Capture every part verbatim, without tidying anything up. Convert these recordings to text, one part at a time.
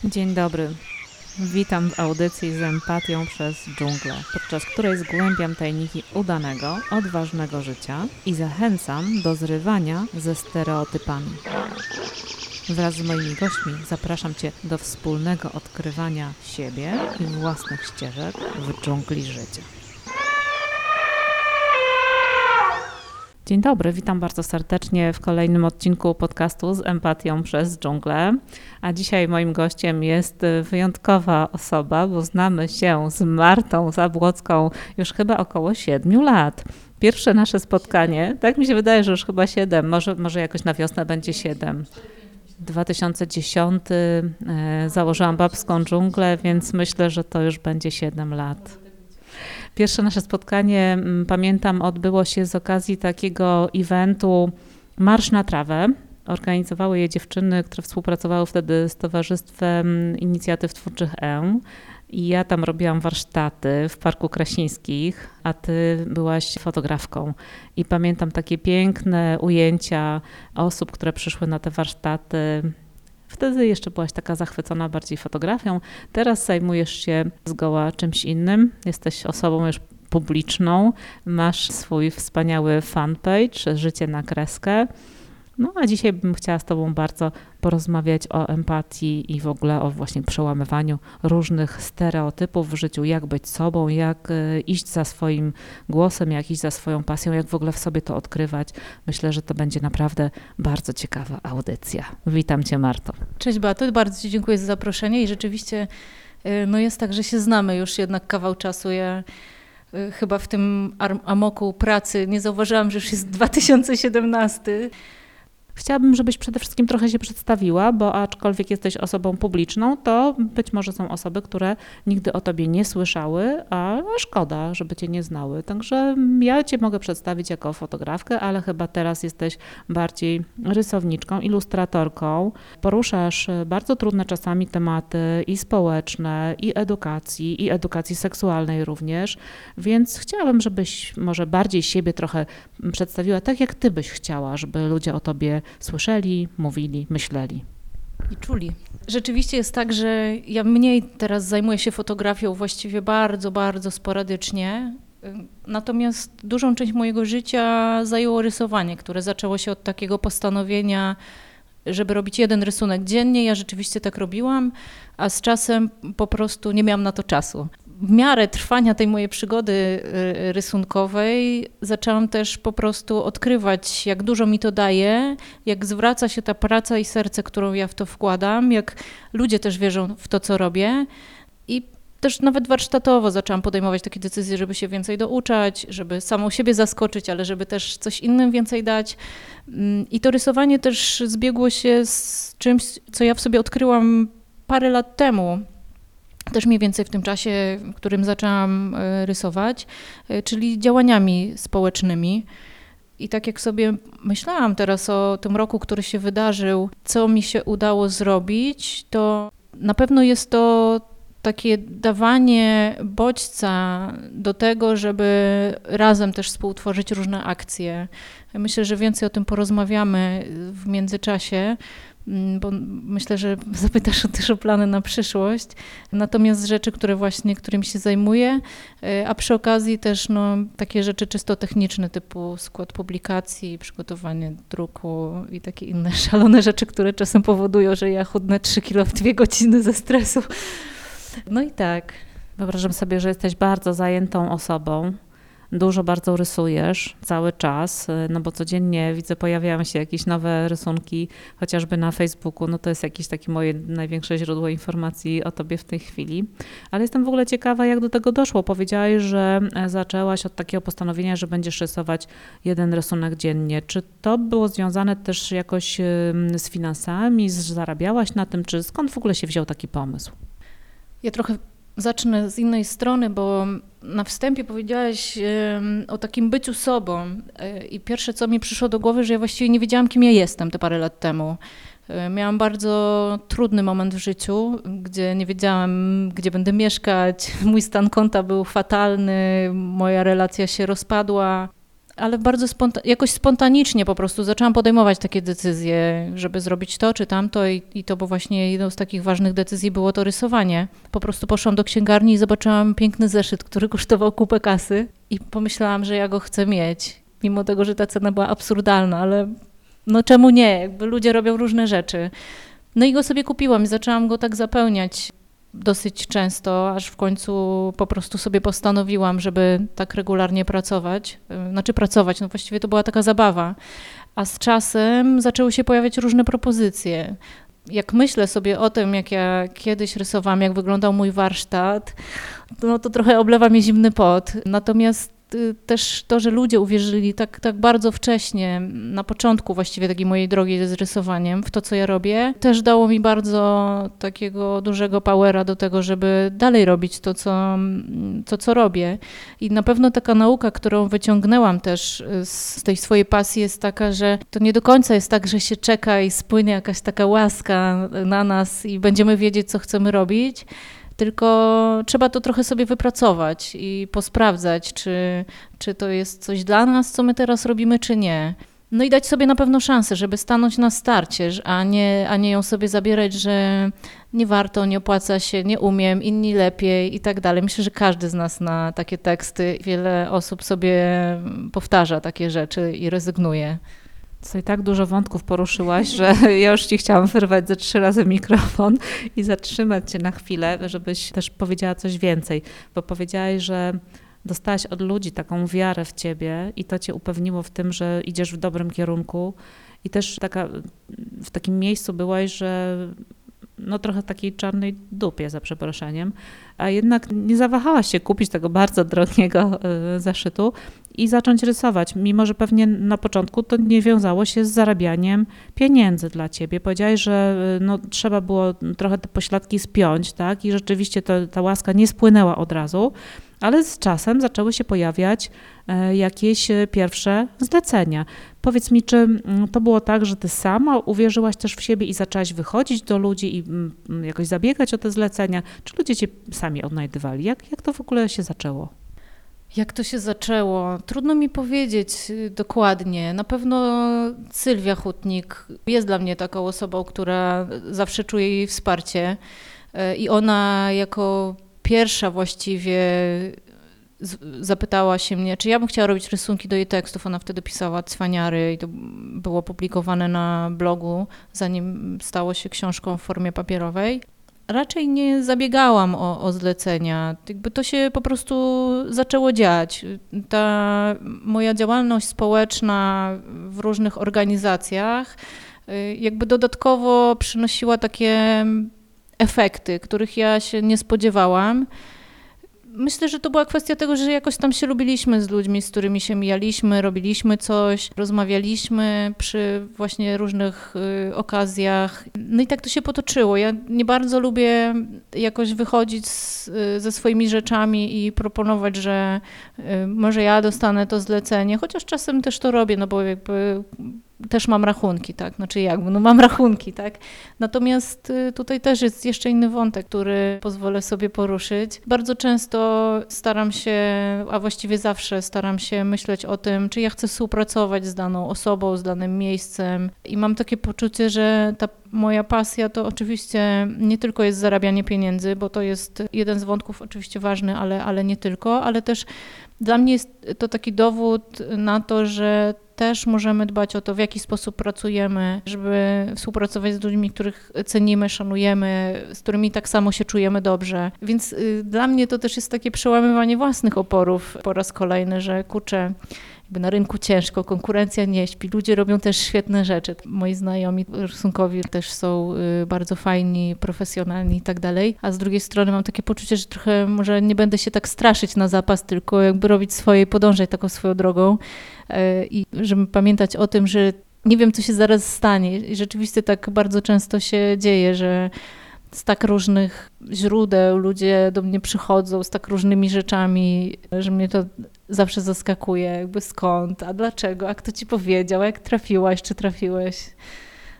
Dzień dobry. Witam w audycji z empatią przez dżunglę, podczas której zgłębiam tajniki udanego, odważnego życia i zachęcam do zrywania ze stereotypami. Wraz z moimi gośćmi zapraszam Cię do wspólnego odkrywania siebie i własnych ścieżek w dżungli życia. Dzień dobry, witam bardzo serdecznie w kolejnym odcinku podcastu z empatią przez dżunglę. A dzisiaj moim gościem jest wyjątkowa osoba, bo znamy się z Martą Zabłocką już chyba około siedmiu lat. Pierwsze nasze spotkanie, tak mi się wydaje, że już chyba siedem, może, może jakoś na wiosnę będzie siedem. dwa tysiące dziesiąty e, założyłam babską dżunglę, więc myślę, że to już będzie siedem lat. Pierwsze nasze spotkanie, pamiętam, odbyło się z okazji takiego eventu Marsz na trawę. Organizowały je dziewczyny, które współpracowały wtedy z Towarzystwem Inicjatyw Twórczych E. I ja tam robiłam warsztaty w Parku Krasińskich, a ty byłaś fotografką. I pamiętam takie piękne ujęcia osób, które przyszły na te warsztaty. Wtedy jeszcze byłaś taka zachwycona bardziej fotografią. Teraz zajmujesz się zgoła czymś innym. Jesteś osobą już publiczną. Masz swój wspaniały fanpage, Życie na kreskę. No a dzisiaj bym chciała z Tobą bardzo porozmawiać o empatii i w ogóle o właśnie przełamywaniu różnych stereotypów w życiu, jak być sobą, jak iść za swoim głosem, jak iść za swoją pasją, jak w ogóle w sobie to odkrywać. Myślę, że to będzie naprawdę bardzo ciekawa audycja. Witam Cię, Marto. Cześć Beato, bardzo Ci dziękuję za zaproszenie i rzeczywiście no jest tak, że się znamy już jednak kawał czasu. Ja chyba w tym amoku pracy nie zauważyłam, że już jest dwa tysiące siedemnasty. Chciałabym, żebyś przede wszystkim trochę się przedstawiła, bo aczkolwiek jesteś osobą publiczną, to być może są osoby, które nigdy o tobie nie słyszały, a szkoda, żeby cię nie znały. Także ja cię mogę przedstawić jako fotografkę, ale chyba teraz jesteś bardziej rysowniczką, ilustratorką. Poruszasz bardzo trudne czasami tematy i społeczne, i edukacji, i edukacji seksualnej również, więc chciałabym, żebyś może bardziej siebie trochę przedstawiła tak, jak ty byś chciała, żeby ludzie o tobie słyszeli, mówili, myśleli. I czuli. Rzeczywiście jest tak, że ja mniej teraz zajmuję się fotografią właściwie bardzo, bardzo sporadycznie. Natomiast dużą część mojego życia zajęło rysowanie, które zaczęło się od takiego postanowienia, żeby robić jeden rysunek dziennie. Ja rzeczywiście tak robiłam, a z czasem po prostu nie miałam na to czasu. W miarę trwania tej mojej przygody rysunkowej zaczęłam też po prostu odkrywać, jak dużo mi to daje, jak zwraca się ta praca i serce, którą ja w to wkładam, jak ludzie też wierzą w to, co robię. I też nawet warsztatowo zaczęłam podejmować takie decyzje, żeby się więcej douczać, żeby samą siebie zaskoczyć, ale żeby też coś innym więcej dać. I to rysowanie też zbiegło się z czymś, co ja w sobie odkryłam parę lat temu. Też mniej więcej w tym czasie, w którym zaczęłam rysować, czyli działaniami społecznymi. I tak jak sobie myślałam teraz o tym roku, który się wydarzył, co mi się udało zrobić, to na pewno jest to takie dawanie bodźca do tego, żeby razem też współtworzyć różne akcje. Myślę, że więcej o tym porozmawiamy w międzyczasie, bo myślę, że zapytasz też o plany na przyszłość. Natomiast rzeczy, które właśnie, którymi się zajmuję, a przy okazji też no, takie rzeczy czysto techniczne, typu skład publikacji, przygotowanie druku i takie inne szalone rzeczy, które czasem powodują, że ja chudnę trzy kilo w dwie godziny ze stresu. No i tak. Wyobrażam sobie, że jesteś bardzo zajętą osobą. Dużo bardzo rysujesz cały czas, no bo codziennie widzę, pojawiają się jakieś nowe rysunki, chociażby na Facebooku, no to jest jakieś takie moje największe źródło informacji o tobie w tej chwili. Ale jestem w ogóle ciekawa, jak do tego doszło. Powiedziałaś, że zaczęłaś od takiego postanowienia, że będziesz rysować jeden rysunek dziennie. Czy to było związane też jakoś z finansami, zarabiałaś na tym, czy skąd w ogóle się wziął taki pomysł? Ja trochę zacznę z innej strony, bo na wstępie powiedziałaś o takim byciu sobą i pierwsze, co mi przyszło do głowy, że ja właściwie nie wiedziałam, kim ja jestem te parę lat temu. Miałam bardzo trudny moment w życiu, gdzie nie wiedziałam, gdzie będę mieszkać. Mój stan konta był fatalny, moja relacja się rozpadła, ale bardzo sponta- jakoś spontanicznie po prostu zaczęłam podejmować takie decyzje, żeby zrobić to czy tamto i, i to, bo właśnie jedną z takich ważnych decyzji było to rysowanie. Po prostu poszłam do księgarni i zobaczyłam piękny zeszyt, który kosztował kupę kasy i pomyślałam, że ja go chcę mieć, mimo tego, że ta cena była absurdalna, ale no czemu nie? Jakby ludzie robią różne rzeczy. No i go sobie kupiłam i zaczęłam go tak zapełniać dosyć często, aż w końcu po prostu sobie postanowiłam, żeby tak regularnie pracować. Znaczy pracować, no właściwie to była taka zabawa. A z czasem zaczęły się pojawiać różne propozycje. Jak myślę sobie o tym, jak ja kiedyś rysowałam, jak wyglądał mój warsztat, no to trochę oblewa mnie zimny pot. Natomiast też to, że ludzie uwierzyli tak, tak bardzo wcześnie, na początku właściwie takiej mojej drogi z rysowaniem, w to, co ja robię, też dało mi bardzo takiego dużego powera do tego, żeby dalej robić to, co, to, co robię. I na pewno taka nauka, którą wyciągnęłam też z tej swojej pasji jest taka, że to nie do końca jest tak, że się czeka i spłynie jakaś taka łaska na nas i będziemy wiedzieć, co chcemy robić, tylko trzeba to trochę sobie wypracować i posprawdzać, czy, czy to jest coś dla nas, co my teraz robimy, czy nie. No i dać sobie na pewno szansę, żeby stanąć na starcie, a nie, a nie ją sobie zabierać, że nie warto, nie opłaca się, nie umiem, inni lepiej i tak dalej. Myślę, że każdy z nas na takie teksty, wiele osób sobie powtarza takie rzeczy i rezygnuje. Tutaj tak dużo wątków poruszyłaś, że ja już ci chciałam wyrwać ze trzy razy mikrofon i zatrzymać cię na chwilę, żebyś też powiedziała coś więcej, bo powiedziałaś, że dostałaś od ludzi taką wiarę w ciebie i to cię upewniło w tym, że idziesz w dobrym kierunku i też taka, w takim miejscu byłaś, że no trochę takiej czarnej dupie, za przeproszeniem, a jednak nie zawahałaś się kupić tego bardzo drogiego zeszytu i zacząć rysować, mimo że pewnie na początku to nie wiązało się z zarabianiem pieniędzy dla ciebie. Powiedziałaś, że no, trzeba było trochę te pośladki spiąć, tak? I rzeczywiście to, ta łaska nie spłynęła od razu, ale z czasem zaczęły się pojawiać jakieś pierwsze zlecenia. Powiedz mi, czy to było tak, że ty sama uwierzyłaś też w siebie i zaczęłaś wychodzić do ludzi i jakoś zabiegać o te zlecenia? Czy ludzie cię sami odnajdywali? Jak, jak to w ogóle się zaczęło? Jak to się zaczęło? Trudno mi powiedzieć dokładnie. Na pewno Sylwia Hutnik jest dla mnie taką osobą, która zawsze czuje jej wsparcie i ona jako pierwsza właściwie zapytała się mnie, czy ja bym chciała robić rysunki do jej tekstów. Ona wtedy pisała Cwaniary i to było publikowane na blogu, zanim stało się książką w formie papierowej. Raczej nie zabiegałam o, o zlecenia. Jakby to się po prostu zaczęło dziać. Ta moja działalność społeczna w różnych organizacjach jakby dodatkowo przynosiła takie efekty, których ja się nie spodziewałam. Myślę, że to była kwestia tego, że jakoś tam się lubiliśmy z ludźmi, z którymi się mijaliśmy, robiliśmy coś, rozmawialiśmy przy właśnie różnych y, okazjach. No i tak to się potoczyło. Ja nie bardzo lubię jakoś wychodzić z, y, ze swoimi rzeczami i proponować, że y, może ja dostanę to zlecenie, chociaż czasem też to robię, no bo jakby też mam rachunki, tak, znaczy jakby, no mam rachunki, tak. Natomiast tutaj też jest jeszcze inny wątek, który pozwolę sobie poruszyć. Bardzo często staram się, a właściwie zawsze staram się myśleć o tym, czy ja chcę współpracować z daną osobą, z danym miejscem i mam takie poczucie, że ta moja pasja to oczywiście nie tylko jest zarabianie pieniędzy, bo to jest jeden z wątków oczywiście ważny, ale, ale nie tylko, ale też dla mnie jest to taki dowód na to, że też możemy dbać o to, w jaki sposób pracujemy, żeby współpracować z ludźmi, których cenimy, szanujemy, z którymi tak samo się czujemy dobrze. Więc y, dla mnie to też jest takie przełamywanie własnych oporów po raz kolejny, że kurczę, jakby na rynku ciężko, konkurencja nie śpi, ludzie robią też świetne rzeczy. Moi znajomi rysunkowi też są y, bardzo fajni, profesjonalni i tak dalej, a z drugiej strony mam takie poczucie, że trochę może nie będę się tak straszyć na zapas, tylko jakby robić swoje i podążać taką swoją drogą y, i żeby pamiętać o tym, że nie wiem, co się zaraz stanie. I rzeczywiście tak bardzo często się dzieje, że z tak różnych źródeł ludzie do mnie przychodzą z tak różnymi rzeczami, że mnie to zawsze zaskakuje, jakby skąd, a dlaczego, a kto ci powiedział, a jak trafiłaś, czy trafiłeś.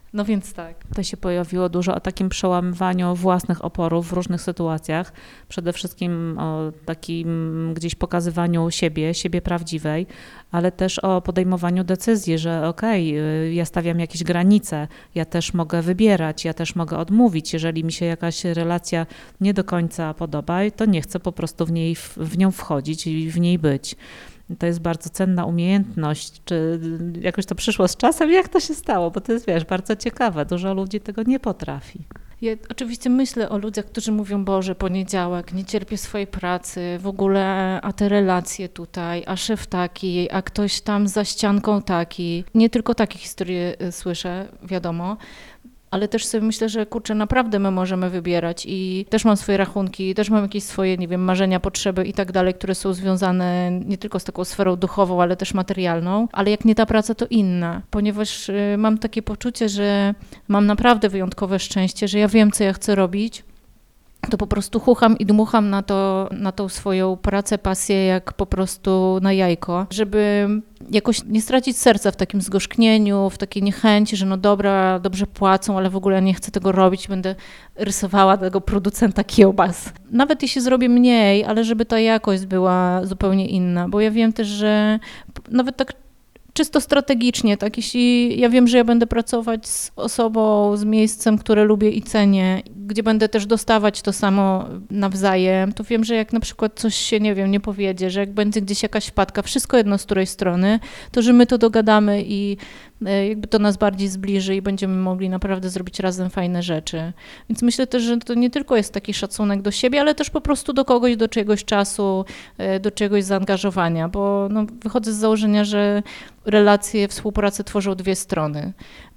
No więc tak. To się pojawiło dużo o takim przełamywaniu własnych oporów w różnych sytuacjach. Przede wszystkim o takim gdzieś pokazywaniu siebie, siebie prawdziwej, ale też o podejmowaniu decyzji, że okej, okay, ja stawiam jakieś granice, ja też mogę wybierać, ja też mogę odmówić. Jeżeli mi się jakaś relacja nie do końca podoba, to nie chcę po prostu w niej, w nią wchodzić i w niej być. To jest bardzo cenna umiejętność. Czy jakoś to przyszło z czasem? Jak to się stało? Bo to jest, wiesz, bardzo ciekawe. Dużo ludzi tego nie potrafi. Ja oczywiście myślę o ludziach, którzy mówią, Boże, poniedziałek, nie cierpię swojej pracy, w ogóle, a te relacje tutaj, a szef taki, a ktoś tam za ścianką taki. Nie tylko takie historie słyszę, wiadomo. Ale też sobie myślę, że kurczę, naprawdę my możemy wybierać i też mam swoje rachunki, też mam jakieś swoje, nie wiem, marzenia, potrzeby i tak dalej, które są związane nie tylko z taką sferą duchową, ale też materialną, ale jak nie ta praca, to inna, ponieważ mam takie poczucie, że mam naprawdę wyjątkowe szczęście, że ja wiem, co ja chcę robić, to po prostu chucham i dmucham na to, na tą swoją pracę, pasję, jak po prostu na jajko, żeby jakoś nie stracić serca w takim zgorzknieniu, w takiej niechęci, że no dobra, dobrze płacą, ale w ogóle nie chcę tego robić, będę rysowała tego producenta kiełbas. Nawet jeśli zrobię mniej, ale żeby ta jakość była zupełnie inna, bo ja wiem też, że nawet tak czysto strategicznie, tak, jeśli ja wiem, że ja będę pracować z osobą, z miejscem, które lubię i cenię, gdzie będę też dostawać to samo nawzajem, to wiem, że jak na przykład coś się, nie wiem, nie powiedzie, że jak będzie gdzieś jakaś wpadka, wszystko jedno z której strony, to że my to dogadamy i jakby to nas bardziej zbliży i będziemy mogli naprawdę zrobić razem fajne rzeczy. Więc myślę też, że to nie tylko jest taki szacunek do siebie, ale też po prostu do kogoś, do czegoś czasu, do czegoś zaangażowania, bo no, wychodzę z założenia, że relacje, współpracę tworzą dwie strony.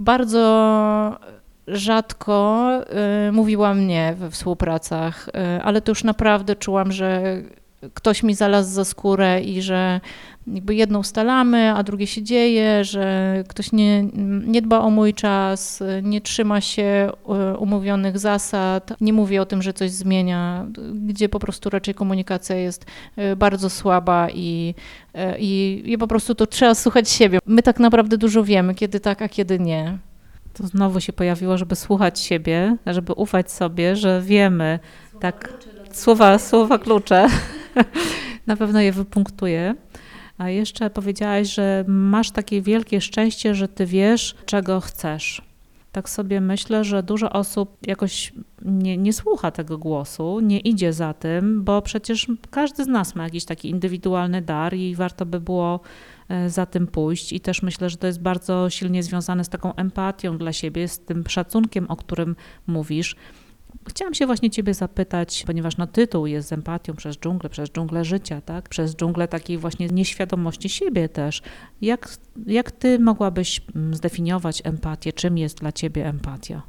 Bardzo rzadko y, mówiłam nie we współpracach, y, ale to już naprawdę czułam, że ktoś mi zalazł za skórę i że jakby jedno ustalamy, a drugie się dzieje, że ktoś nie, nie dba o mój czas, nie trzyma się umówionych zasad, nie mówi o tym, że coś zmienia, gdzie po prostu raczej komunikacja jest bardzo słaba i, i, i po prostu to trzeba słuchać siebie. My tak naprawdę dużo wiemy, kiedy tak, a kiedy nie. To znowu się pojawiło, żeby słuchać siebie, żeby ufać sobie, że wiemy, słowa tak, klucze, słowa, słowa klucze, na pewno je wypunktuję. A jeszcze powiedziałaś, że masz takie wielkie szczęście, że ty wiesz, czego chcesz. Tak sobie myślę, że dużo osób jakoś nie, nie słucha tego głosu, nie idzie za tym, bo przecież każdy z nas ma jakiś taki indywidualny dar i warto by było za tym pójść. I też myślę, że to jest bardzo silnie związane z taką empatią dla siebie, z tym szacunkiem, o którym mówisz. Chciałam się właśnie ciebie zapytać, ponieważ no, tytuł jest z empatią przez dżunglę, przez dżunglę życia, tak? Przez dżunglę takiej właśnie nieświadomości siebie też. Jak, jak ty mogłabyś zdefiniować empatię? Czym jest dla ciebie empatia?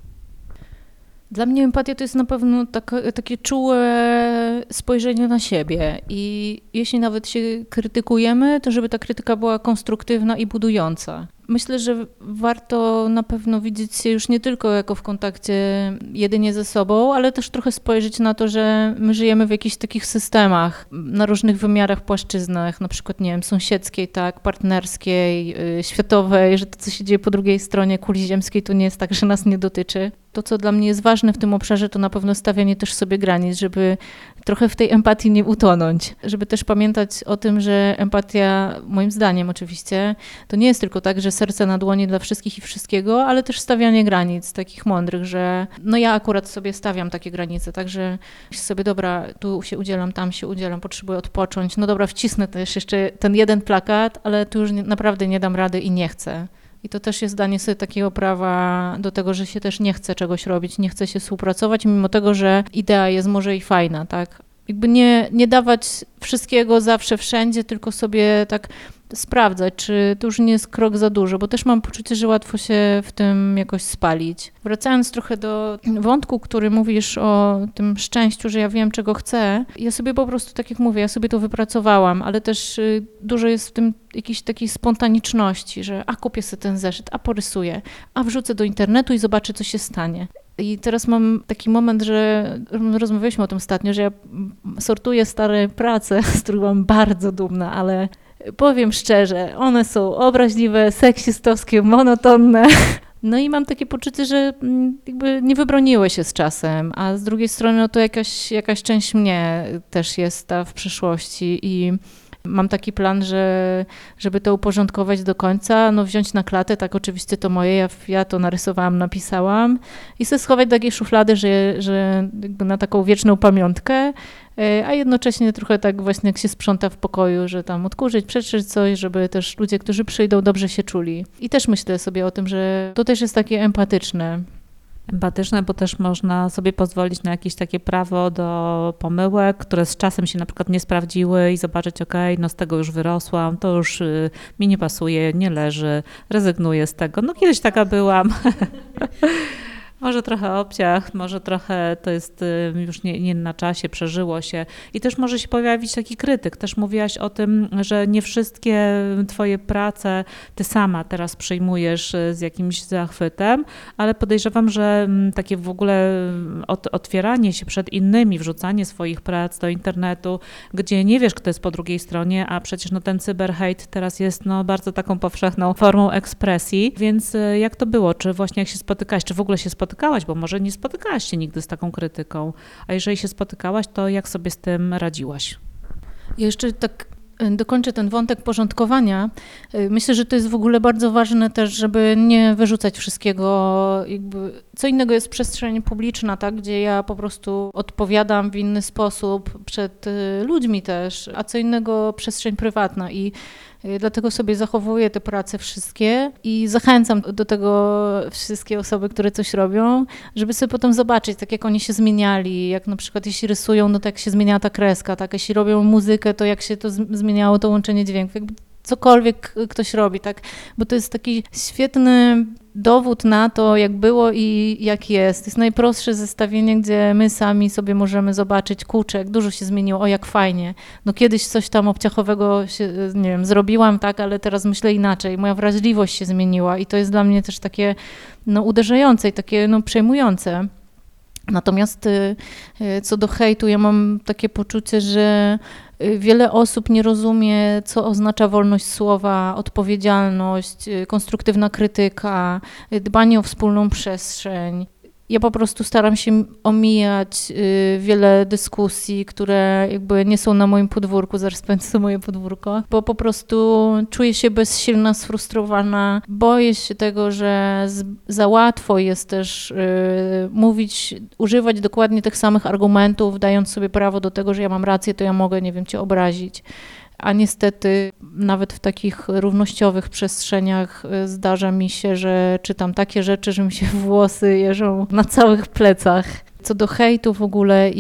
Dla mnie empatia to jest na pewno tak, takie czułe spojrzenie na siebie i jeśli nawet się krytykujemy, to żeby ta krytyka była konstruktywna i budująca. Myślę, że warto na pewno widzieć się już nie tylko jako w kontakcie jedynie ze sobą, ale też trochę spojrzeć na to, że my żyjemy w jakichś takich systemach, na różnych wymiarach, płaszczyznach, na przykład, nie wiem, sąsiedzkiej, tak, partnerskiej, yy, światowej, że to, co się dzieje po drugiej stronie kuli ziemskiej, to nie jest tak, że nas nie dotyczy. To, co dla mnie jest ważne w tym obszarze, to na pewno stawianie też sobie granic, żeby trochę w tej empatii nie utonąć. Żeby też pamiętać o tym, że empatia, moim zdaniem oczywiście, to nie jest tylko tak, że serce na dłoni dla wszystkich i wszystkiego, ale też stawianie granic takich mądrych, że no ja akurat sobie stawiam takie granice, także sobie dobra, tu się udzielam, tam się udzielam, potrzebuję odpocząć, no dobra, wcisnę też jeszcze ten jeden plakat, ale tu już nie, naprawdę nie dam rady i nie chcę. I to też jest danie sobie takiego prawa do tego, że się też nie chce czegoś robić, nie chce się współpracować, mimo tego, że idea jest może i fajna, tak? Jakby nie, nie dawać wszystkiego zawsze wszędzie, tylko sobie tak sprawdzać, czy to już nie jest krok za dużo, bo też mam poczucie, że łatwo się w tym jakoś spalić. Wracając trochę do wątku, który mówisz o tym szczęściu, że ja wiem, czego chcę, ja sobie po prostu, tak jak mówię, ja sobie to wypracowałam, ale też dużo jest w tym jakiejś takiej spontaniczności, że a kupię sobie ten zeszyt, a porysuję, a wrzucę do internetu i zobaczę, co się stanie. I teraz mam taki moment, że rozmawialiśmy o tym ostatnio, że ja sortuję stare prace, z których byłam bardzo dumna, ale powiem szczerze, one są obraźliwe, seksistowskie, monotonne, No i mam takie poczucie, że jakby nie wybroniły się z czasem, a z drugiej strony no to jakaś, jakaś część mnie też jest ta w przyszłości i mam taki plan, że żeby to uporządkować do końca, no wziąć na klatę, tak oczywiście to moje, ja, ja to narysowałam, napisałam i sobie schować do takiej szuflady, że, że jakby na taką wieczną pamiątkę, a jednocześnie trochę tak właśnie jak się sprząta w pokoju, że tam odkurzyć, przetrzeć coś, żeby też ludzie, którzy przyjdą, dobrze się czuli. I też myślę sobie o tym, że to też jest takie empatyczne. Empatyczne, bo też można sobie pozwolić na jakieś takie prawo do pomyłek, które z czasem się na przykład nie sprawdziły i zobaczyć, okej, okay, no z tego już wyrosłam, to już y, mi nie pasuje, nie leży, rezygnuję z tego. No kiedyś taka byłam. Może trochę obciach, może trochę to jest już nie, nie na czasie, przeżyło się. I też może się pojawić taki krytyk. Też mówiłaś o tym, że nie wszystkie twoje prace ty sama teraz przyjmujesz z jakimś zachwytem, ale podejrzewam, że takie w ogóle ot- otwieranie się przed innymi, wrzucanie swoich prac do internetu, gdzie nie wiesz, kto jest po drugiej stronie, a przecież no, ten cyberhejt teraz jest no, bardzo taką powszechną formą ekspresji. Więc jak to było? Czy właśnie jak się spotykałaś, czy w ogóle się spotykałaś? spotykałaś, bo może nie spotykałaś się nigdy z taką krytyką, a jeżeli się spotykałaś, to jak sobie z tym radziłaś? Ja jeszcze tak dokończę ten wątek porządkowania. Myślę, że to jest w ogóle bardzo ważne też, żeby nie wyrzucać wszystkiego. Jakby co innego jest przestrzeń publiczna, tak, gdzie ja po prostu odpowiadam w inny sposób przed ludźmi też, a co innego przestrzeń prywatna i dlatego sobie zachowuję te prace wszystkie i zachęcam do tego wszystkie osoby, które coś robią, żeby sobie potem zobaczyć, tak jak oni się zmieniali, jak na przykład jeśli rysują, no to jak się zmieniała ta kreska, tak, jeśli robią muzykę, to jak się to zmieniało to łączenie dźwięków, jakby cokolwiek ktoś robi, tak, bo to jest taki świetny dowód na to, jak było i jak jest. To jest najprostsze zestawienie, gdzie my sami sobie możemy zobaczyć, kurczę, jak dużo się zmieniło, o jak fajnie. No kiedyś coś tam obciachowego się, nie wiem, zrobiłam, tak, ale teraz myślę inaczej. Moja wrażliwość się zmieniła i to jest dla mnie też takie no, uderzające i takie no, przejmujące. Natomiast co do hejtu, ja mam takie poczucie, że wiele osób nie rozumie, co oznacza wolność słowa, odpowiedzialność, konstruktywna krytyka, dbanie o wspólną przestrzeń. Ja po prostu staram się omijać wiele dyskusji, które jakby nie są na moim podwórku, zaraz powiem, co moje podwórko, bo po prostu czuję się bezsilna, sfrustrowana. Boję się tego, że za łatwo jest też mówić, używać dokładnie tych samych argumentów, dając sobie prawo do tego, że ja mam rację, to ja mogę, nie wiem, cię obrazić. A niestety nawet w takich równościowych przestrzeniach zdarza mi się, że czytam takie rzeczy, że mi się włosy jeżą na całych plecach. Co do hejtu w ogóle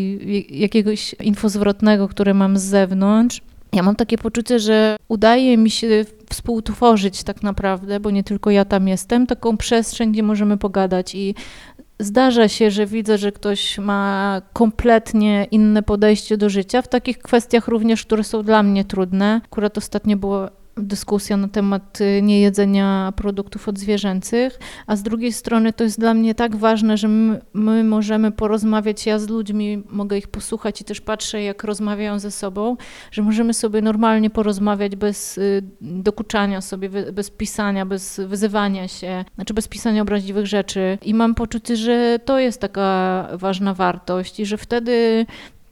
i jakiegoś infozwrotnego, które mam z zewnątrz, ja mam takie poczucie, że udaje mi się współtworzyć tak naprawdę, bo nie tylko ja tam jestem, taką przestrzeń, gdzie możemy pogadać i zdarza się, że widzę, że ktoś ma kompletnie inne podejście do życia w takich kwestiach również, które są dla mnie trudne. Akurat ostatnio była dyskusja na temat niejedzenia produktów odzwierzęcych, a z drugiej strony to jest dla mnie tak ważne, że my, my możemy porozmawiać, ja z ludźmi mogę ich posłuchać i też patrzę, jak rozmawiają ze sobą, że możemy sobie normalnie porozmawiać bez dokuczania sobie, bez pisania, bez wyzywania się, znaczy bez pisania obraźliwych rzeczy i mam poczucie, że to jest taka ważna wartość i że wtedy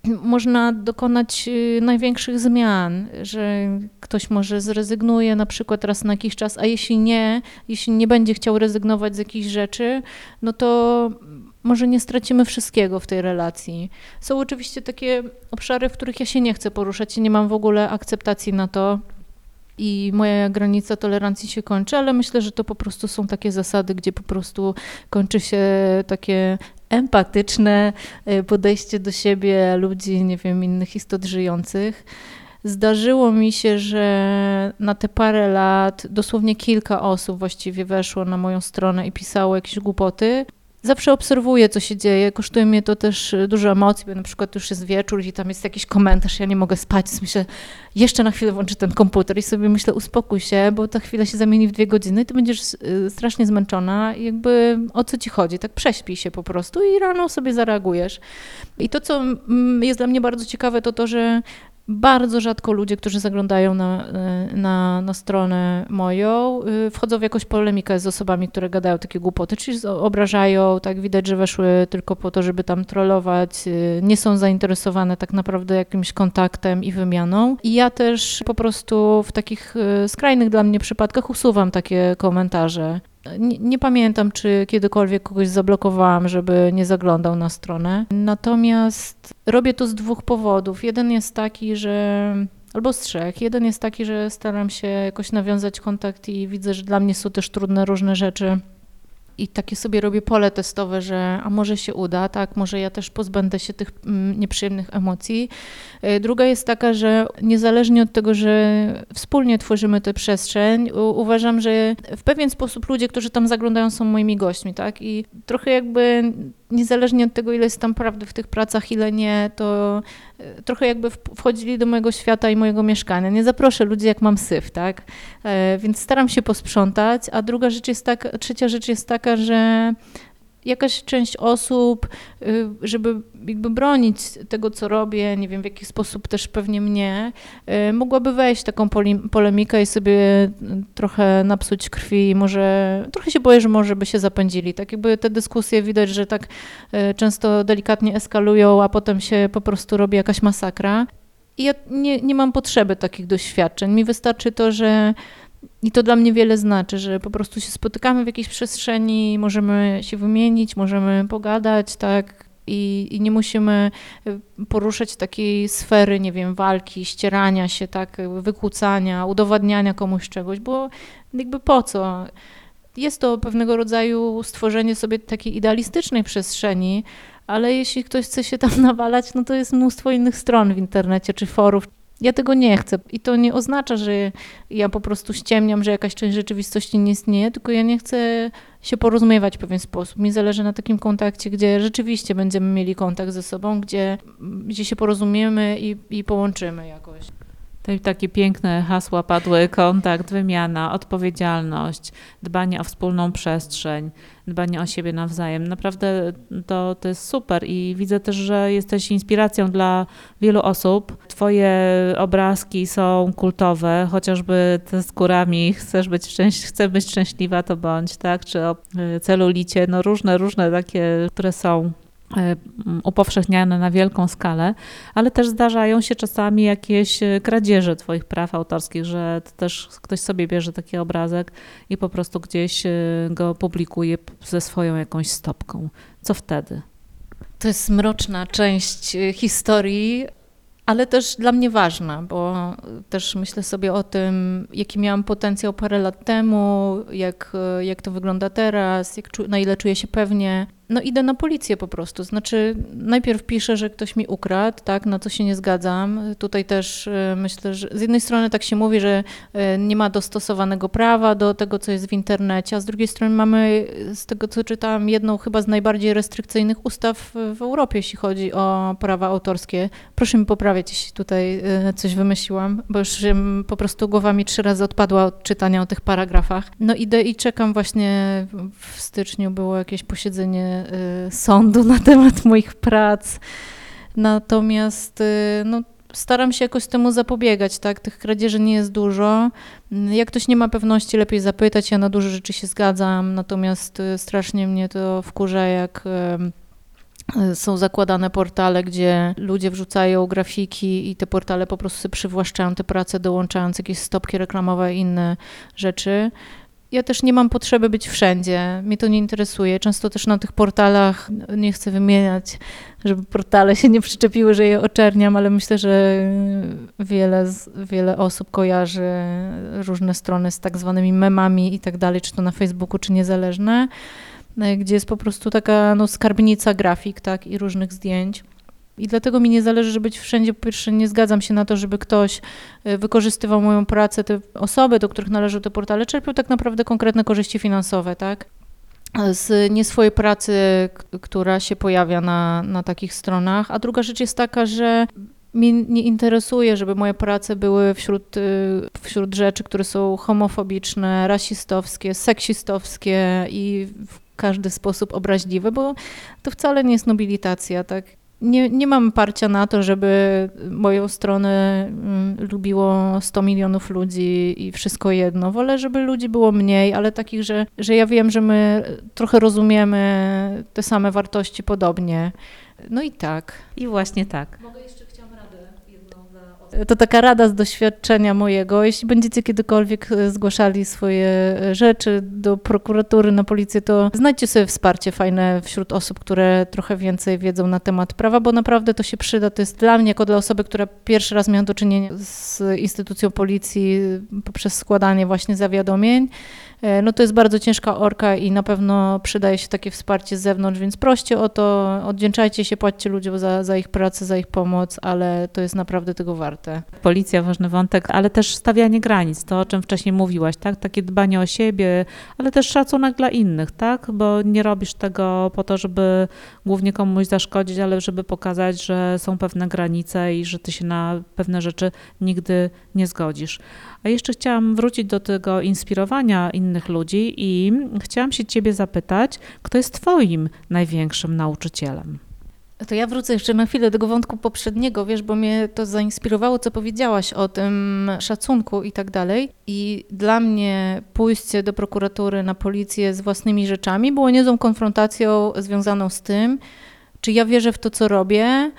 można dokonać największych zmian, że ktoś może zrezygnuje na przykład raz na jakiś czas, a jeśli nie, jeśli nie będzie chciał rezygnować z jakichś rzeczy, no to może nie stracimy wszystkiego w tej relacji. Są oczywiście takie obszary, w których ja się nie chcę poruszać i nie mam w ogóle akceptacji na to i moja granica tolerancji się kończy, ale myślę, że to po prostu są takie zasady, gdzie po prostu kończy się takie empatyczne podejście do siebie ludzi, nie wiem, innych istot żyjących. Zdarzyło mi się, że na te parę lat dosłownie kilka osób właściwie weszło na moją stronę i pisało jakieś głupoty. Zawsze obserwuję, co się dzieje, kosztuje mnie to też dużo emocji, bo na przykład już jest wieczór i tam jest jakiś komentarz, ja nie mogę spać, myślę, jeszcze na chwilę włączę ten komputer i sobie myślę, uspokój się, bo ta chwila się zamieni w dwie godziny i ty będziesz strasznie zmęczona i jakby o co ci chodzi, tak prześpij się po prostu i rano sobie zareagujesz. I to, co jest dla mnie bardzo ciekawe, to to, że Bardzo rzadko ludzie, którzy zaglądają na, na, na stronę moją, wchodzą w jakąś polemikę z osobami, które gadają takie głupoty, czyli obrażają, tak widać, że weszły tylko po to, żeby tam trollować, nie są zainteresowane tak naprawdę jakimś kontaktem i wymianą. I ja też po prostu w takich skrajnych dla mnie przypadkach usuwam takie komentarze. Nie, nie pamiętam, czy kiedykolwiek kogoś zablokowałam, żeby nie zaglądał na stronę. Natomiast robię to z dwóch powodów. Jeden jest taki, że... albo z trzech. Jeden jest taki, że staram się jakoś nawiązać kontakt i widzę, że dla mnie są też trudne różne rzeczy. I takie sobie robię pole testowe, że a może się uda, tak, może ja też pozbędę się tych mm, nieprzyjemnych emocji. Druga jest taka, że niezależnie od tego, że wspólnie tworzymy tę przestrzeń, u- uważam, że w pewien sposób ludzie, którzy tam zaglądają, są moimi gośćmi, tak, i trochę jakby niezależnie od tego, ile jest tam prawdy w tych pracach, ile nie, to trochę jakby wchodzili do mojego świata i mojego mieszkania. Nie zaproszę ludzi, jak mam syf, tak? Więc staram się posprzątać, a druga rzecz jest taka, trzecia rzecz jest taka, że jakaś część osób, żeby jakby bronić tego, co robię, nie wiem w jaki sposób też pewnie mnie, mogłaby wejść w taką polemikę i sobie trochę napsuć krwi i może, trochę się boję, że może by się zapędzili. Tak jakby te dyskusje widać, że tak często delikatnie eskalują, a potem się po prostu robi jakaś masakra. I ja nie, nie mam potrzeby takich doświadczeń. Mi wystarczy to, że i to dla mnie wiele znaczy, że po prostu się spotykamy w jakiejś przestrzeni, możemy się wymienić, możemy pogadać, tak, i, i nie musimy poruszać takiej sfery, nie wiem, walki, ścierania się, tak, wykłócania, udowadniania komuś czegoś, bo jakby po co? Jest to pewnego rodzaju stworzenie sobie takiej idealistycznej przestrzeni, ale jeśli ktoś chce się tam nawalać, no to jest mnóstwo innych stron w internecie czy forów. Ja tego nie chcę i to nie oznacza, że ja po prostu ściemniam, że jakaś część rzeczywistości nie istnieje, tylko ja nie chcę się porozumiewać w pewien sposób. Mi zależy na takim kontakcie, gdzie rzeczywiście będziemy mieli kontakt ze sobą, gdzie, gdzie się porozumiemy i, i połączymy jakoś. Tutaj takie piękne hasła padły: kontakt, wymiana, odpowiedzialność, dbanie o wspólną przestrzeń, dbanie o siebie nawzajem. Naprawdę to, to jest super i widzę też, że jesteś inspiracją dla wielu osób. Twoje obrazki są kultowe, chociażby te z kurami, chcesz być szczęś- chcę być szczęśliwa, to bądź, tak? Czy o celulicie, no różne, różne takie, które są upowszechniane na wielką skalę, ale też zdarzają się czasami jakieś kradzieże twoich praw autorskich, że też ktoś sobie bierze taki obrazek i po prostu gdzieś go publikuje ze swoją jakąś stopką. Co wtedy? To jest mroczna część historii, ale też dla mnie ważna, bo też myślę sobie o tym, jaki miałam potencjał parę lat temu, jak, jak to wygląda teraz, jak, na ile czuję się pewnie. No idę na policję po prostu, znaczy najpierw piszę, że ktoś mi ukradł, tak, na co się nie zgadzam. Tutaj też myślę, że z jednej strony tak się mówi, że nie ma dostosowanego prawa do tego, co jest w internecie, a z drugiej strony mamy, z tego co czytałam, jedną chyba z najbardziej restrykcyjnych ustaw w Europie, jeśli chodzi o prawa autorskie. Proszę mi poprawiać, jeśli tutaj coś wymyśliłam, bo już po prostu głowa mi trzy razy odpadła od czytania o tych paragrafach. No idę i czekam właśnie, w styczniu było jakieś posiedzenie sądu na temat moich prac. Natomiast no, staram się jakoś temu zapobiegać, tak? Tych kradzieży nie jest dużo. Jak ktoś nie ma pewności, lepiej zapytać. Ja na dużo rzeczy się zgadzam, natomiast strasznie mnie to wkurza, jak są zakładane portale, gdzie ludzie wrzucają grafiki i te portale po prostu sobie przywłaszczają te prace, dołączając jakieś stopki reklamowe i inne rzeczy. Ja też nie mam potrzeby być wszędzie, mnie to nie interesuje. Często też na tych portalach, nie chcę wymieniać, żeby portale się nie przyczepiły, że je oczerniam, ale myślę, że wiele, wiele osób kojarzy różne strony z tak zwanymi memami i tak dalej, czy to na Facebooku, czy niezależne, gdzie jest po prostu taka no, skarbnica grafik, tak, i różnych zdjęć. I dlatego mi nie zależy, żeby być wszędzie. Po pierwsze, nie zgadzam się na to, żeby ktoś wykorzystywał moją pracę, te osoby, do których należą te portale, czerpią tak naprawdę konkretne korzyści finansowe, tak? Z nie swojej pracy, która się pojawia na, na takich stronach. A druga rzecz jest taka, że mnie nie interesuje, żeby moje prace były wśród, wśród rzeczy, które są homofobiczne, rasistowskie, seksistowskie i w każdy sposób obraźliwe, bo to wcale nie jest nobilitacja, tak? Nie, nie mam parcia na to, żeby moją stronę mm, lubiło sto milionów ludzi i wszystko jedno. Wolę, żeby ludzi było mniej, ale takich, że, że ja wiem, że my trochę rozumiemy te same wartości podobnie. No i tak. I właśnie tak. Mogę jeszcze, chciałam radę jedną dla... To taka rada z doświadczenia mojego. Jeśli będziecie kiedykolwiek zgłaszali swoje rzeczy do prokuratury, na policję, to znajdźcie sobie wsparcie fajne wśród osób, które trochę więcej wiedzą na temat prawa, bo naprawdę to się przyda. To jest dla mnie, jako dla osoby, która pierwszy raz miała do czynienia z instytucją policji poprzez składanie właśnie zawiadomień, no to jest bardzo ciężka orka i na pewno przydaje się takie wsparcie z zewnątrz, więc proście o to, odwdzięczajcie się, płaccie ludziom za, za ich pracę, za ich pomoc, ale to jest naprawdę tego warte. Policja, ważny wątek, ale też stawianie granic, to o czym wcześniej mówiłaś, tak? Takie dbanie o siebie, ale też szacunek dla innych, tak? Bo nie robisz tego po to, żeby głównie komuś zaszkodzić, ale żeby pokazać, że są pewne granice i że ty się na pewne rzeczy nigdy nie zgodzisz. A jeszcze chciałam wrócić do tego inspirowania innych ludzi i chciałam się ciebie zapytać, kto jest twoim największym nauczycielem? To ja wrócę jeszcze na chwilę do tego wątku poprzedniego, wiesz, bo mnie to zainspirowało, co powiedziałaś o tym szacunku i tak dalej. I dla mnie pójście do prokuratury, na policję z własnymi rzeczami było niezłą konfrontacją związaną z tym, czy ja wierzę w to, co robię.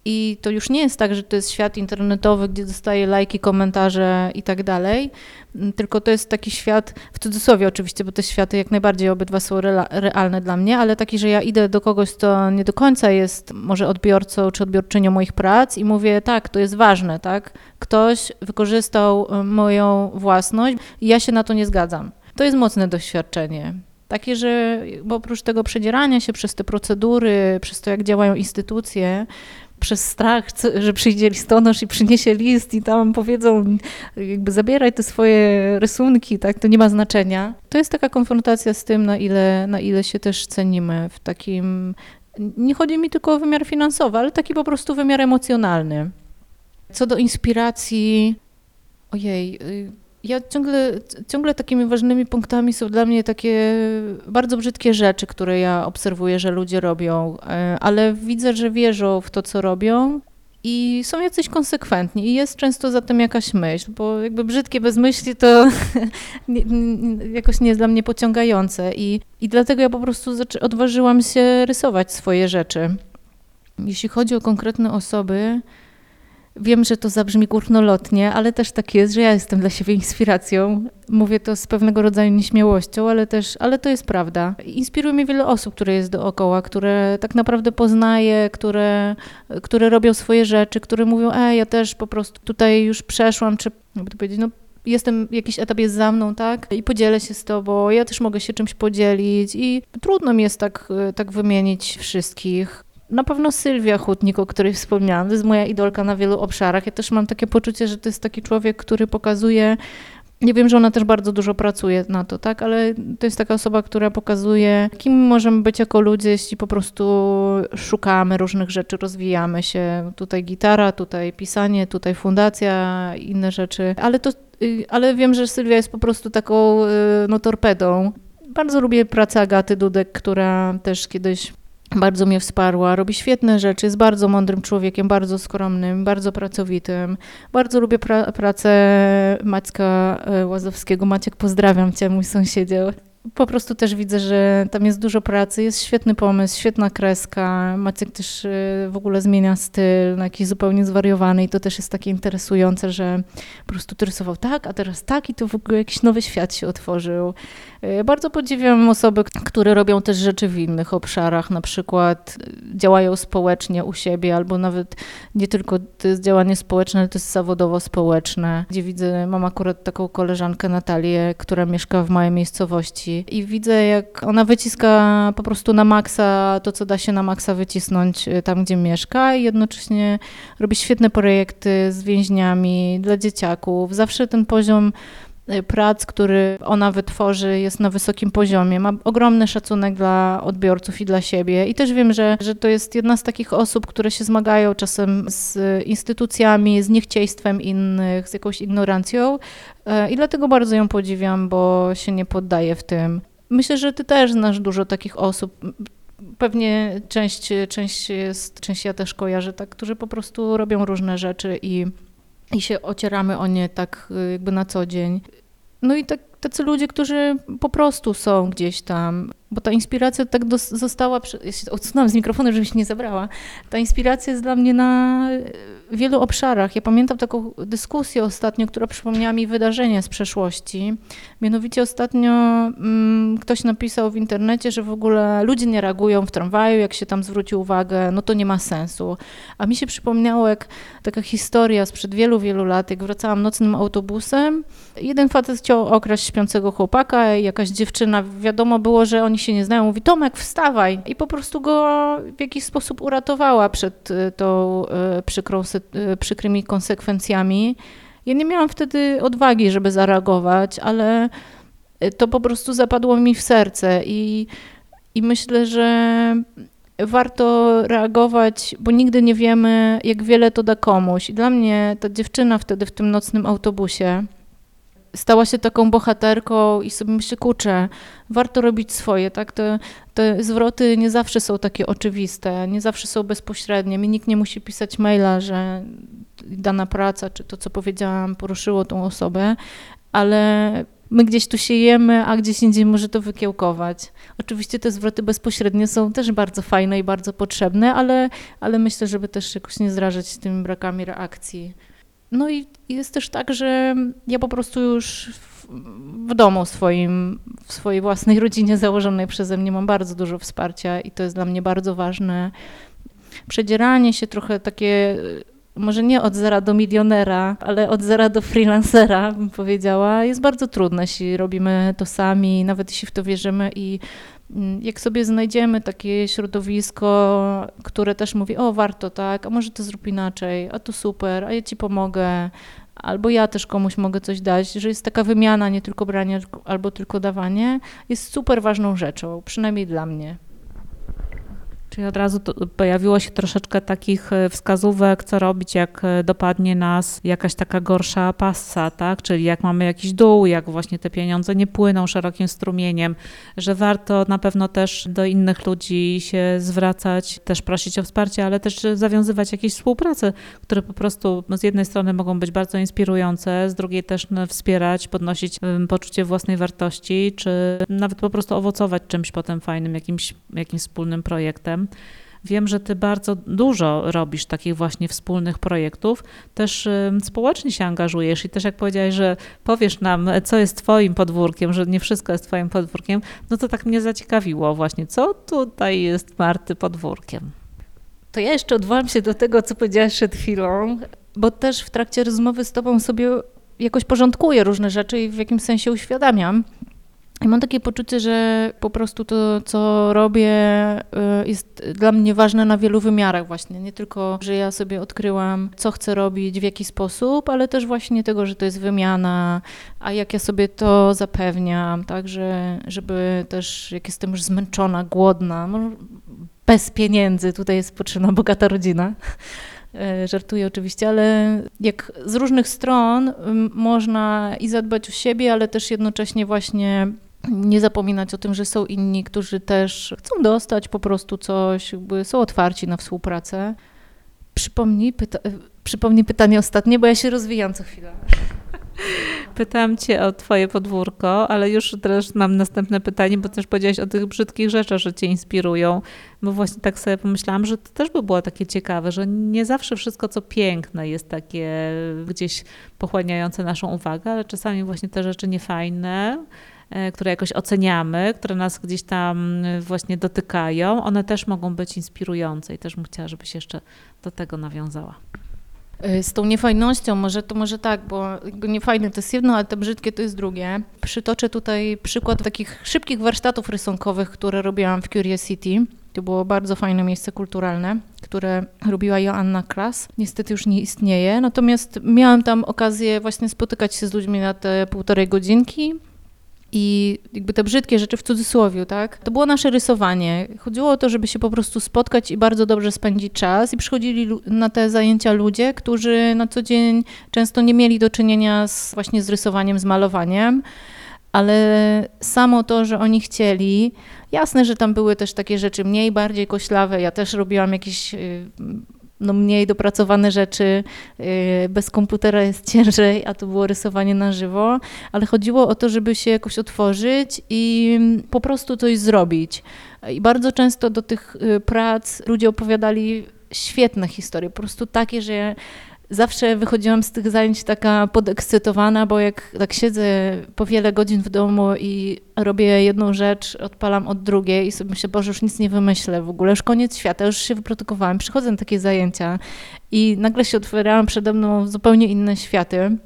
I to już nie jest tak, że to jest świat internetowy, gdzie dostaję lajki, komentarze i tak dalej, tylko to jest taki świat, w cudzysłowie oczywiście, bo te światy jak najbardziej obydwa są realne dla mnie, ale taki, że ja idę do kogoś, kto nie do końca jest może odbiorcą czy odbiorczynią moich prac i mówię, tak, to jest ważne, tak, ktoś wykorzystał moją własność i ja się na to nie zgadzam. To jest mocne doświadczenie. Takie, że bo oprócz tego przedzierania się przez te procedury, przez to, jak działają instytucje, przez strach, że przyjdzie listonosz i przyniesie list i tam powiedzą, jakby zabieraj te swoje rysunki, tak, to nie ma znaczenia. To jest taka konfrontacja z tym, na ile, na ile się też cenimy w takim, nie chodzi mi tylko o wymiar finansowy, ale taki po prostu wymiar emocjonalny. Co do inspiracji, ojej, ja ciągle, ciągle takimi ważnymi punktami są dla mnie takie bardzo brzydkie rzeczy, które ja obserwuję, że ludzie robią, ale widzę, że wierzą w to, co robią i są jacyś konsekwentni i jest często za tym jakaś myśl, bo jakby brzydkie bez myśli to nie, nie, jakoś nie jest dla mnie pociągające i, i dlatego ja po prostu zaczę- odważyłam się rysować swoje rzeczy. Jeśli chodzi o konkretne osoby, wiem, że to zabrzmi górnolotnie, ale też tak jest, że ja jestem dla siebie inspiracją. Mówię to z pewnego rodzaju nieśmiałością, ale też, ale to jest prawda. Inspiruje mnie wiele osób, które jest dookoła, które tak naprawdę poznaję, które, które robią swoje rzeczy, które mówią, e, ja też po prostu tutaj już przeszłam, czy jakby to powiedzieć, no jestem, jakiś etap jest za mną, tak? I podzielę się z tobą, ja też mogę się czymś podzielić i trudno mi jest tak, tak wymienić wszystkich. Na pewno Sylwia Hutnik, o której wspomniałam, to jest moja idolka na wielu obszarach. Ja też mam takie poczucie, że to jest taki człowiek, który pokazuje, nie wiem, że ona też bardzo dużo pracuje na to, tak, ale to jest taka osoba, która pokazuje, kim możemy być jako ludzie, jeśli po prostu szukamy różnych rzeczy, rozwijamy się. Tutaj gitara, tutaj pisanie, tutaj fundacja, inne rzeczy, ale to, ale wiem, że Sylwia jest po prostu taką no, torpedą. Bardzo lubię pracę Agaty Dudek, która też kiedyś bardzo mnie wsparła, robi świetne rzeczy, jest bardzo mądrym człowiekiem, bardzo skromnym, bardzo pracowitym. Bardzo lubię pra- pracę Maćka Łazowskiego. Maciek, pozdrawiam cię, mój sąsiedzie. Po prostu też widzę, że tam jest dużo pracy, jest świetny pomysł, świetna kreska. Maciek też w ogóle zmienia styl na jakiś zupełnie zwariowany i to też jest takie interesujące, że po prostu ty rysował tak, a teraz tak i to w ogóle jakiś nowy świat się otworzył. Bardzo podziwiam osoby, które robią też rzeczy w innych obszarach, na przykład działają społecznie u siebie, albo nawet nie tylko to jest działanie społeczne, ale to jest zawodowo-społeczne, gdzie widzę, mam akurat taką koleżankę Natalię, która mieszka w małej miejscowości i widzę, jak ona wyciska po prostu na maksa to, co da się na maksa wycisnąć tam, gdzie mieszka i jednocześnie robi świetne projekty z więźniami, dla dzieciaków. Zawsze ten poziom prac, który ona wytworzy, jest na wysokim poziomie. Ma ogromny szacunek dla odbiorców i dla siebie. I też wiem, że, że to jest jedna z takich osób, które się zmagają czasem z instytucjami, z niechciejstwem innych, z jakąś ignorancją. I dlatego bardzo ją podziwiam, bo się nie poddaje w tym. Myślę, że ty też znasz dużo takich osób. pewnie część, część jest, część ja też kojarzę, tak, którzy po prostu robią różne rzeczy i, i się ocieramy o nie tak jakby na co dzień. No i tak, tacy ludzie, którzy po prostu są gdzieś tam, bo ta inspiracja tak dos- została, ja się odsunęłam z mikrofonu, żeby się nie zabrała, ta inspiracja jest dla mnie na wielu obszarach. Ja pamiętam taką dyskusję ostatnio, która przypomniała mi wydarzenie z przeszłości. Mianowicie ostatnio mm, ktoś napisał w internecie, że w ogóle ludzie nie reagują w tramwaju, jak się tam zwróci uwagę, no to nie ma sensu. A mi się przypomniało, jak taka historia sprzed wielu, wielu lat, jak wracałam nocnym autobusem, jeden facet chciał okraść śpiącego chłopaka i jakaś dziewczyna, wiadomo było, że oni się nie znają, mówi: Tomek, wstawaj! I po prostu go w jakiś sposób uratowała przed tą przykrą, przykrymi konsekwencjami. Ja nie miałam wtedy odwagi, żeby zareagować, ale to po prostu zapadło mi w serce i, i myślę, że warto reagować, bo nigdy nie wiemy, jak wiele to da komuś. I dla mnie ta dziewczyna wtedy w tym nocnym autobusie stała się taką bohaterką i sobie myślę, kurczę, warto robić swoje, tak? Te, te zwroty nie zawsze są takie oczywiste, nie zawsze są bezpośrednie. Mi nikt nie musi pisać maila, że dana praca, czy to, co powiedziałam, poruszyło tą osobę, ale my gdzieś tu siejemy, a gdzieś indziej może to wykiełkować. Oczywiście te zwroty bezpośrednie są też bardzo fajne i bardzo potrzebne, ale, ale myślę, żeby też jakoś nie zrażać się tymi brakami reakcji. No i jest też tak, że ja po prostu już w, w domu swoim, w swojej własnej rodzinie założonej przeze mnie mam bardzo dużo wsparcia i to jest dla mnie bardzo ważne. Przedzieranie się trochę takie, może nie od zera do milionera, ale od zera do freelancera, bym powiedziała, jest bardzo trudne, jeśli robimy to sami, nawet jeśli w to wierzymy i jak sobie znajdziemy takie środowisko, które też mówi: o, warto, tak, a może to zrób inaczej, a to super, a ja ci pomogę, albo ja też komuś mogę coś dać, że jest taka wymiana, nie tylko branie, albo tylko dawanie, jest super ważną rzeczą, przynajmniej dla mnie. Czyli od razu to pojawiło się troszeczkę takich wskazówek, co robić, jak dopadnie nas jakaś taka gorsza passa, tak? Czyli jak mamy jakiś dół, jak właśnie te pieniądze nie płyną szerokim strumieniem, że warto na pewno też do innych ludzi się zwracać, też prosić o wsparcie, ale też zawiązywać jakieś współprace, które po prostu z jednej strony mogą być bardzo inspirujące, z drugiej też wspierać, podnosić poczucie własnej wartości, czy nawet po prostu owocować czymś potem fajnym, jakimś, jakimś wspólnym projektem. Wiem, że ty bardzo dużo robisz takich właśnie wspólnych projektów, też społecznie się angażujesz i też jak powiedziałeś, że powiesz nam, co jest twoim podwórkiem, że nie wszystko jest twoim podwórkiem, no to tak mnie zaciekawiło właśnie, co tutaj jest Marty podwórkiem. To ja jeszcze odwołam się do tego, co powiedziałaś przed chwilą, bo też w trakcie rozmowy z tobą sobie jakoś porządkuję różne rzeczy i w jakimś sensie uświadamiam. I mam takie poczucie, że po prostu to, co robię, jest dla mnie ważne na wielu wymiarach właśnie. Nie tylko, że ja sobie odkryłam, co chcę robić, w jaki sposób, ale też właśnie tego, że to jest wymiana, a jak ja sobie to zapewniam, tak, że, żeby też, jak jestem już zmęczona, głodna, bez pieniędzy, tutaj jest potrzebna bogata rodzina. Żartuję oczywiście, ale jak z różnych stron można i zadbać o siebie, ale też jednocześnie właśnie nie zapominać o tym, że są inni, którzy też chcą dostać po prostu coś, jakby są otwarci na współpracę. Przypomnij, pyta- przypomnij pytanie ostatnie, bo ja się rozwijam co chwilę. Pytam cię o twoje podwórko, ale już teraz mam następne pytanie, bo też powiedziałaś o tych brzydkich rzeczach, że cię inspirują, bo właśnie tak sobie pomyślałam, że to też by było takie ciekawe, że nie zawsze wszystko, co piękne jest takie gdzieś pochłaniające naszą uwagę, ale czasami właśnie te rzeczy niefajne, które jakoś oceniamy, które nas gdzieś tam właśnie dotykają, one też mogą być inspirujące i też bym chciała, żebyś jeszcze do tego nawiązała. Z tą niefajnością, może to może tak, bo jakby niefajne to jest jedno, ale te brzydkie to jest drugie. Przytoczę tutaj przykład takich szybkich warsztatów rysunkowych, które robiłam w Curiosity. To było bardzo fajne miejsce kulturalne, które robiła Joanna Klas. Niestety już nie istnieje, natomiast miałam tam okazję właśnie spotykać się z ludźmi na te półtorej godzinki. I jakby te brzydkie rzeczy w cudzysłowie, tak? To było nasze rysowanie. Chodziło o to, żeby się po prostu spotkać i bardzo dobrze spędzić czas. I przychodzili na te zajęcia ludzie, którzy na co dzień często nie mieli do czynienia z, właśnie z rysowaniem, z malowaniem, ale samo to, że oni chcieli, jasne, że tam były też takie rzeczy mniej, bardziej koślawe, ja też robiłam jakieś no, mniej dopracowane rzeczy, bez komputera jest ciężej, a to było rysowanie na żywo, ale chodziło o to, żeby się jakoś otworzyć i po prostu coś zrobić. I bardzo często do tych prac ludzie opowiadali świetne historie, po prostu takie, że zawsze wychodziłam z tych zajęć taka podekscytowana, bo jak tak siedzę po wiele godzin w domu i robię jedną rzecz, odpalam od drugiej i sobie myślę, Boże, już nic nie wymyślę w ogóle, już koniec świata, już się wyprodukowałam, przychodzę na takie zajęcia i nagle się otwierały przede mną zupełnie inne światy,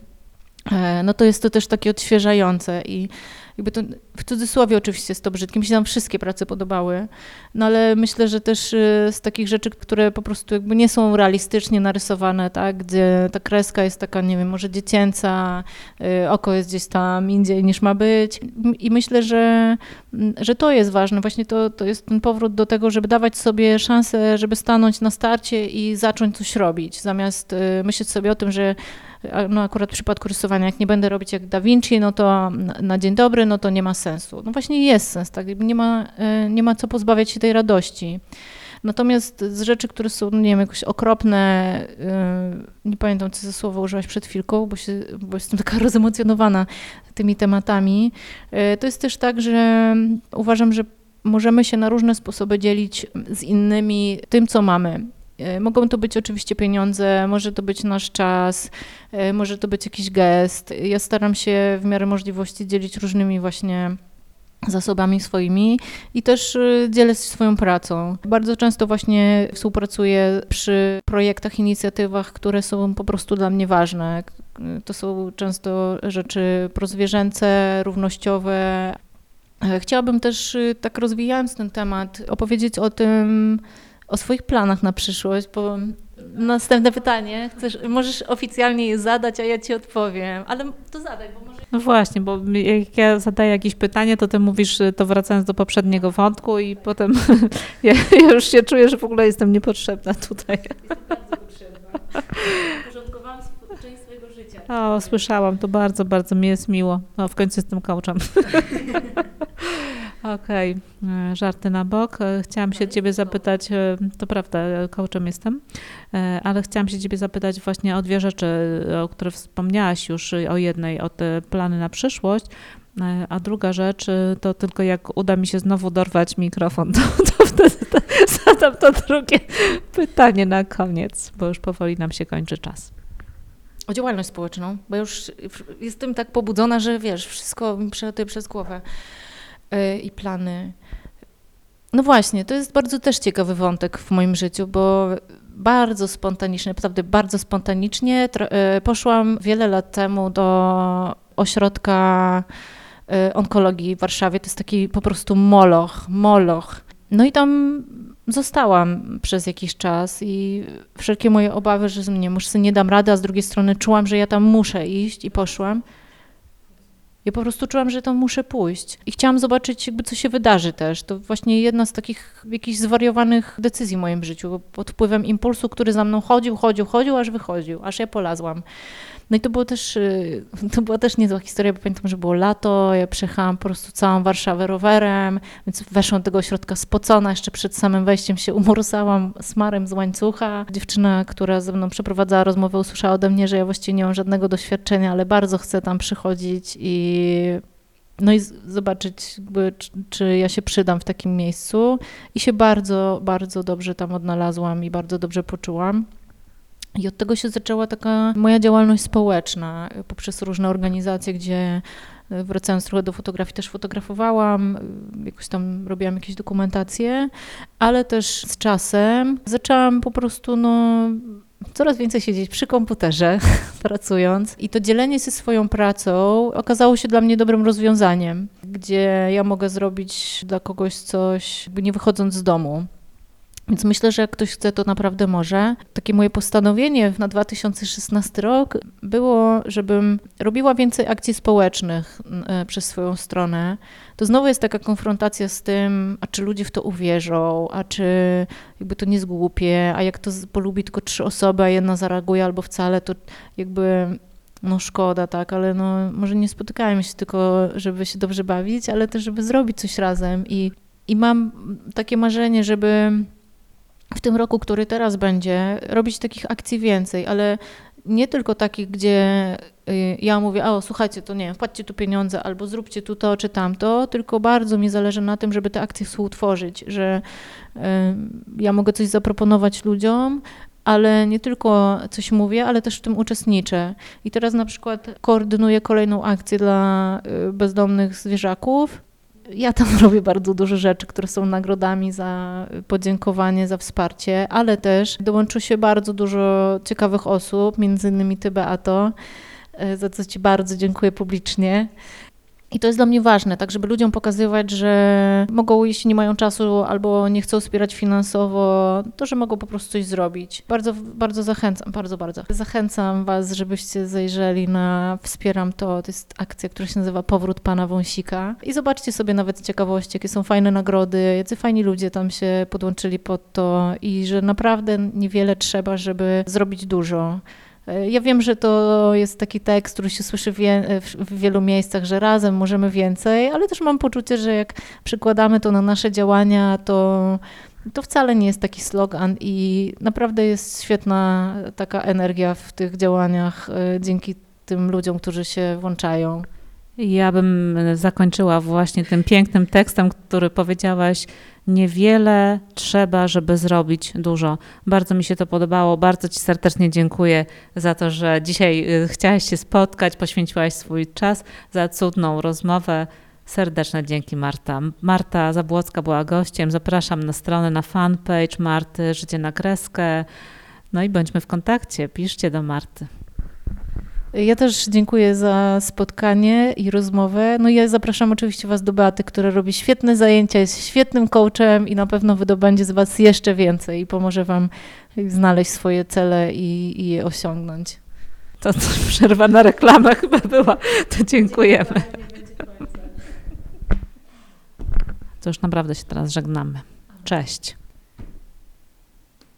no to jest to też takie odświeżające i jakby to w cudzysłowie oczywiście jest to brzydkie, mi się tam wszystkie prace podobały, no ale myślę, że też z takich rzeczy, które po prostu jakby nie są realistycznie narysowane, tak, gdzie ta kreska jest taka, nie wiem, może dziecięca, oko jest gdzieś tam indziej niż ma być i myślę, że, że to jest ważne, właśnie to, to jest ten powrót do tego, żeby dawać sobie szansę, żeby stanąć na starcie i zacząć coś robić, zamiast myśleć sobie o tym, że no akurat w przypadku rysowania, jak nie będę robić jak Da Vinci, no to na dzień dobry, no to nie ma sensu. No właśnie jest sens, tak? Nie ma, nie ma co pozbawiać się tej radości. Natomiast z rzeczy, które są, no nie wiem, jakoś okropne, nie pamiętam, co za słowo użyłaś przed chwilką, bo, się, bo jestem taka rozemocjonowana tymi tematami, to jest też tak, że uważam, że możemy się na różne sposoby dzielić z innymi tym, co mamy. Mogą to być oczywiście pieniądze, może to być nasz czas, może to być jakiś gest. Ja staram się w miarę możliwości dzielić różnymi właśnie zasobami swoimi i też dzielę się swoją pracą. Bardzo często właśnie współpracuję przy projektach, inicjatywach, które są po prostu dla mnie ważne. To są często rzeczy prozwierzęce, równościowe. Chciałabym też, tak rozwijając ten temat, opowiedzieć o tym, o swoich planach na przyszłość, bo następne pytanie, chcesz, możesz oficjalnie je zadać, a ja ci odpowiem, ale to zadaj, bo może... No właśnie, bo jak ja zadaję jakieś pytanie, to ty mówisz, to wracając do poprzedniego wątku i potem ja, ja już się czuję, że w ogóle jestem niepotrzebna tutaj. Jestem bardzo potrzebna. Porządkowałam część swojego życia. O, słyszałam, to bardzo, bardzo mi jest miło. No, w końcu jestem coachem. Okej, okay. Żarty na bok. Chciałam się ciebie zapytać, to prawda, coachem jestem, ale chciałam się ciebie zapytać właśnie o dwie rzeczy, o których wspomniałaś już, o jednej, o te plany na przyszłość, a druga rzecz to tylko jak uda mi się znowu dorwać mikrofon, to, to wtedy zadam to drugie pytanie na koniec, bo już powoli nam się kończy czas. O działalność społeczną, bo już jestem tak pobudzona, że wiesz, wszystko mi przelatuje przez głowę. I plany. No właśnie, to jest bardzo też ciekawy wątek w moim życiu, bo bardzo spontanicznie, naprawdę bardzo spontanicznie poszłam wiele lat temu do ośrodka onkologii w Warszawie. To jest taki po prostu moloch, moloch. No i tam zostałam przez jakiś czas i wszelkie moje obawy, że nie, może sobie nie dam rady, a z drugiej strony czułam, że ja tam muszę iść i poszłam. Ja po prostu czułam, że tam muszę pójść i chciałam zobaczyć, jakby co się wydarzy też. To właśnie jedna z takich jakichś zwariowanych decyzji w moim życiu, pod wpływem impulsu, który za mną chodził, chodził, chodził, aż wychodził, aż ja polazłam. No i to było też, to była też niezła historia, bo pamiętam, że było lato, ja przejechałam po prostu całą Warszawę rowerem, więc weszłam do tego ośrodka spocona, jeszcze przed samym wejściem się umorsałam smarem z łańcucha. Dziewczyna, która ze mną przeprowadzała rozmowę, usłyszała ode mnie, że ja właściwie nie mam żadnego doświadczenia, ale bardzo chcę tam przychodzić i no i zobaczyć, jakby, czy, czy ja się przydam w takim miejscu. I się bardzo, bardzo dobrze tam odnalazłam i bardzo dobrze poczułam. I od tego się zaczęła taka moja działalność społeczna poprzez różne organizacje, gdzie wracając trochę do fotografii też fotografowałam, jakoś tam robiłam jakieś dokumentacje, ale też z czasem zaczęłam po prostu no, coraz więcej siedzieć przy komputerze pracując i to dzielenie się swoją pracą okazało się dla mnie dobrym rozwiązaniem, gdzie ja mogę zrobić dla kogoś coś, jakby nie wychodząc z domu. Więc myślę, że jak ktoś chce, to naprawdę może. Takie moje postanowienie na dwa tysiące szesnasty rok było, żebym robiła więcej akcji społecznych przez swoją stronę. To znowu jest taka konfrontacja z tym, a czy ludzie w to uwierzą, a czy jakby to nie jest głupie, a jak to polubi tylko trzy osoby, a jedna zareaguje albo wcale, to jakby no szkoda, tak, ale no może nie spotykajmy się tylko, żeby się dobrze bawić, ale też, żeby zrobić coś razem i, i mam takie marzenie, żeby w tym roku, który teraz będzie, robić takich akcji więcej, ale nie tylko takich, gdzie ja mówię, o słuchajcie, to nie wiem, wpłaccie tu pieniądze albo zróbcie tu to czy tamto, tylko bardzo mi zależy na tym, żeby te akcje współtworzyć, że y, ja mogę coś zaproponować ludziom, ale nie tylko coś mówię, ale też w tym uczestniczę. I teraz na przykład koordynuję kolejną akcję dla bezdomnych zwierzaków. Ja tam robię bardzo dużo rzeczy, które są nagrodami za podziękowanie, za wsparcie, ale też dołączy się bardzo dużo ciekawych osób, między innymi ty, Beato, za co ci bardzo dziękuję publicznie. I to jest dla mnie ważne, tak żeby ludziom pokazywać, że mogą, jeśli nie mają czasu albo nie chcą wspierać finansowo, to że mogą po prostu coś zrobić. Bardzo, bardzo zachęcam, bardzo, bardzo. Zachęcam was, żebyście zajrzeli na Wspieram to, to jest akcja, która się nazywa Powrót Pana Wąsika i zobaczcie sobie nawet z ciekawości, jakie są fajne nagrody, jacy fajni ludzie tam się podłączyli pod to i że naprawdę niewiele trzeba, żeby zrobić dużo. Ja wiem, że to jest taki tekst, który się słyszy w wielu miejscach, że razem możemy więcej, ale też mam poczucie, że jak przykładamy to na nasze działania, to, to wcale nie jest taki slogan i naprawdę jest świetna taka energia w tych działaniach dzięki tym ludziom, którzy się włączają. Ja bym zakończyła właśnie tym pięknym tekstem, który powiedziałaś, niewiele trzeba, żeby zrobić dużo. Bardzo mi się to podobało, bardzo ci serdecznie dziękuję za to, że dzisiaj chciałaś się spotkać, poświęciłaś swój czas za cudną rozmowę. Serdeczne dzięki, Marta. Marta Zabłocka była gościem. Zapraszam na stronę, na fanpage Marty Życie na Kreskę. No i bądźmy w kontakcie, piszcie do Marty. Ja też dziękuję za spotkanie i rozmowę. No i ja zapraszam oczywiście was do Beaty, która robi świetne zajęcia, jest świetnym coachem i na pewno wydobędzie z was jeszcze więcej i pomoże wam znaleźć swoje cele i, i je osiągnąć. To, to przerwa na reklamę chyba była. To dziękujemy. To już naprawdę się teraz żegnamy. Cześć.